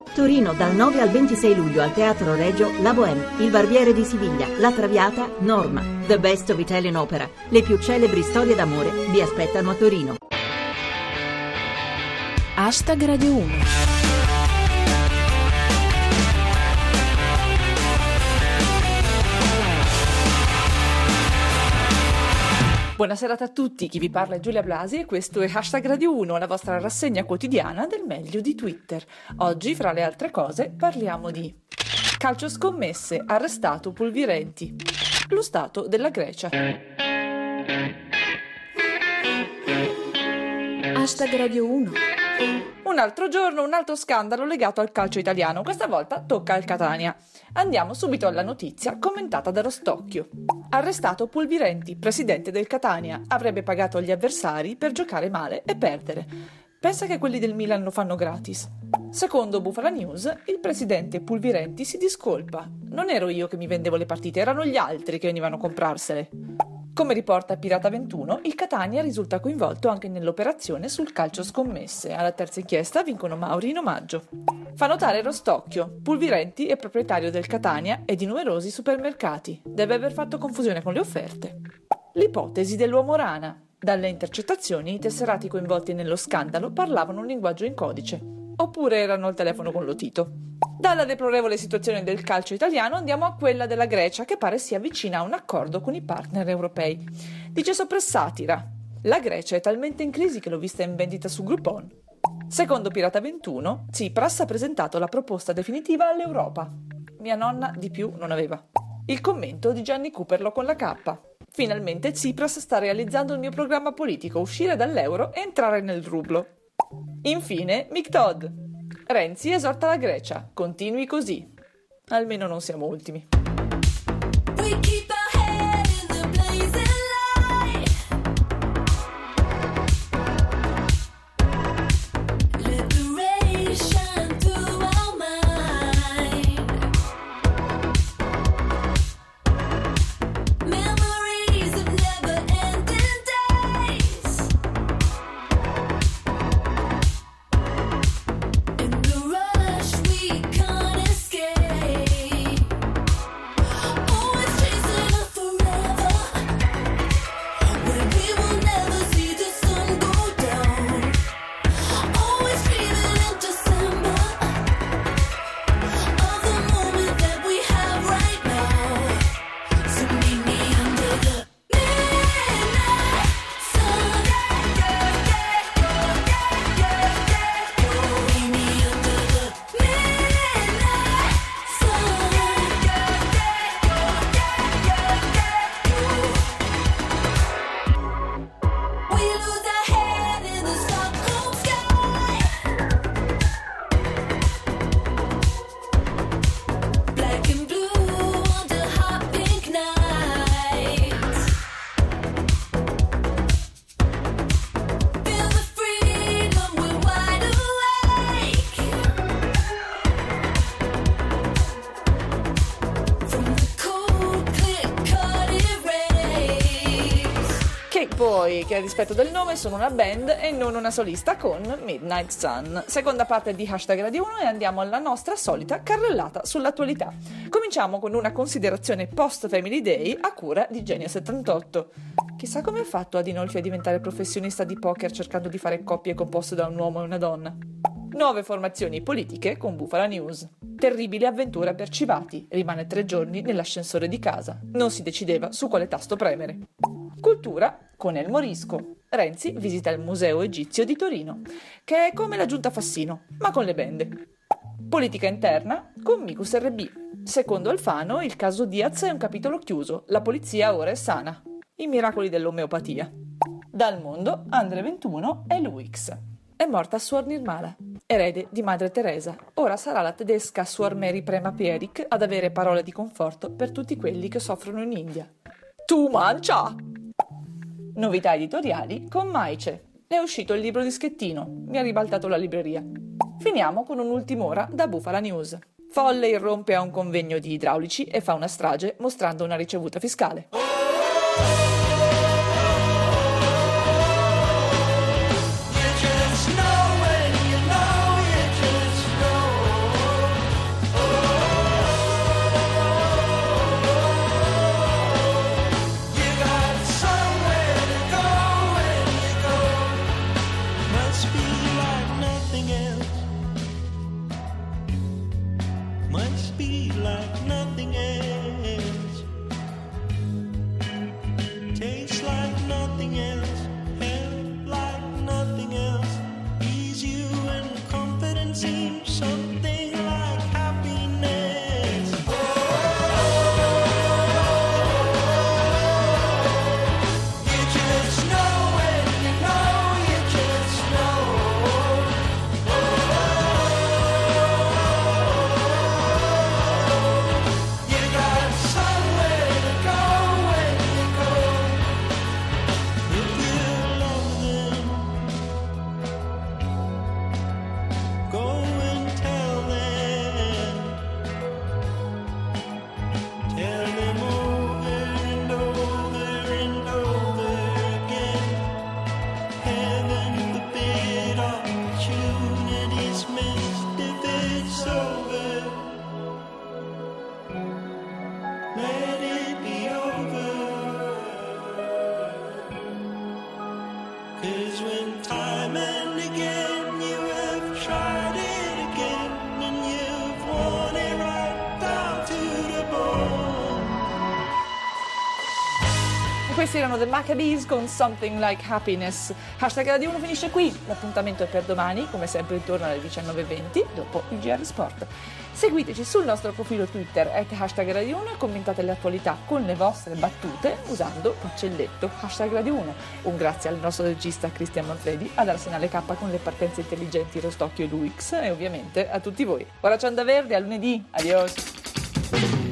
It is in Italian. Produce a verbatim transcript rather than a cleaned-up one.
Torino dal nove al ventisei luglio al Teatro Regio La Bohème, Il Barbiere di Siviglia, La Traviata, Norma. The Best of Italian Opera. Le più celebri storie d'amore vi aspettano a Torino. Hashtag Radio uno. Buona serata a tutti, chi vi parla è Giulia Blasi e questo è Hashtag Radio uno, la vostra rassegna quotidiana del meglio di Twitter. Oggi, fra le altre cose, parliamo di calcio scommesse, arrestato Pulvirenti, lo stato della Grecia. Hashtag Radio uno. Un altro giorno, un altro scandalo legato al calcio italiano, questa volta tocca al Catania. Andiamo subito alla notizia commentata da Rostocchio. Arrestato Pulvirenti, presidente del Catania, avrebbe pagato gli avversari per giocare male e perdere. Pensa che quelli del Milan lo fanno gratis. Secondo Bufala News, il presidente Pulvirenti si discolpa. Non ero io che mi vendevo le partite, erano gli altri che venivano a comprarsele. Come riporta Pirata ventuno, il Catania risulta coinvolto anche nell'operazione sul calcio scommesse. Alla terza inchiesta vincono Mauri in omaggio. Fa notare Rostocchio, Pulvirenti è proprietario del Catania e di numerosi supermercati. Deve aver fatto confusione con le offerte. L'ipotesi dell'uomo rana. Dalle intercettazioni i tesserati coinvolti nello scandalo parlavano un linguaggio in codice. Oppure erano al telefono con Lotito. Dalla deplorevole situazione del calcio italiano andiamo a quella della Grecia, che pare sia vicina a un accordo con i partner europei. Dice sopra satira: la Grecia è talmente in crisi che l'ho vista in vendita su Groupon. Secondo Pirata ventuno, Tsipras ha presentato la proposta definitiva all'Europa. Mia nonna di più non aveva. Il commento di Gianni Cooperlo con la K. Finalmente Tsipras sta realizzando il mio programma politico: uscire dall'euro e entrare nel rublo. Infine, Mick Todd. Renzi esorta la Grecia: continui così. Almeno non siamo ultimi. Poi, che a dispetto del nome sono una band e non una solista, con Midnight Sun. Seconda parte di Hashtag Radio uno e andiamo alla nostra solita carrellata sull'attualità. Cominciamo con una considerazione post Family Day a cura di Genio settantotto. Chissà come ha fatto Adinolfi a diventare professionista di poker cercando di fare coppie composte da un uomo e una donna. Nuove formazioni politiche con Bufala News. Terribile avventura per Civati, rimane tre giorni nell'ascensore di casa. Non si decideva su quale tasto premere. Cultura con El Morisco. Renzi visita il Museo Egizio di Torino, che è come la giunta Fassino, ma con le bende. Politica interna con Micus R B. Secondo Alfano, il caso Diaz è un capitolo chiuso, la polizia ora è sana. I miracoli dell'omeopatia. Dal mondo, Andre ventuno e l'U X. È morta Suor Nirmala, erede di Madre Teresa. Ora sarà la tedesca Suor Mary Prema Pierik ad avere parole di conforto per tutti quelli che soffrono in India. Tu mancia! Novità editoriali con Maice. È uscito il libro di Schettino, mi ha ribaltato la libreria. Finiamo con un'ultima ora da Bufala News. Folle irrompe a un convegno di idraulici e fa una strage mostrando una ricevuta fiscale. like nothing else. Tastes like nothing else. Help like nothing else. Ease you and confidence seems something like happiness. Oh, you just know when you know, you just know. Oh, you got somewhere to go when you go. If you love them, go and tell them. Tell them over and over and over again. Heaven forbid opportunities missed if it's over. Let it be over. 'Cause when time and again you have tried it again and you've worn it right down to the bone. E questi erano The Maccabees con Something Like Happiness. Hashtag Radio uno finisce qui, l'appuntamento è per domani, come sempre intorno alle diciannove e venti, dopo il G R Sport. Seguiteci sul nostro profilo Twitter, at hashtag Radio uno, e commentate le attualità con le vostre battute usando Paccelletto, hashtag Radio uno. Un grazie al nostro regista Cristian Manfredi, ad Arsenale K con le partenze intelligenti Rostocchio e Luix, e ovviamente a tutti voi. Ora Cianda Verde, a lunedì, adios!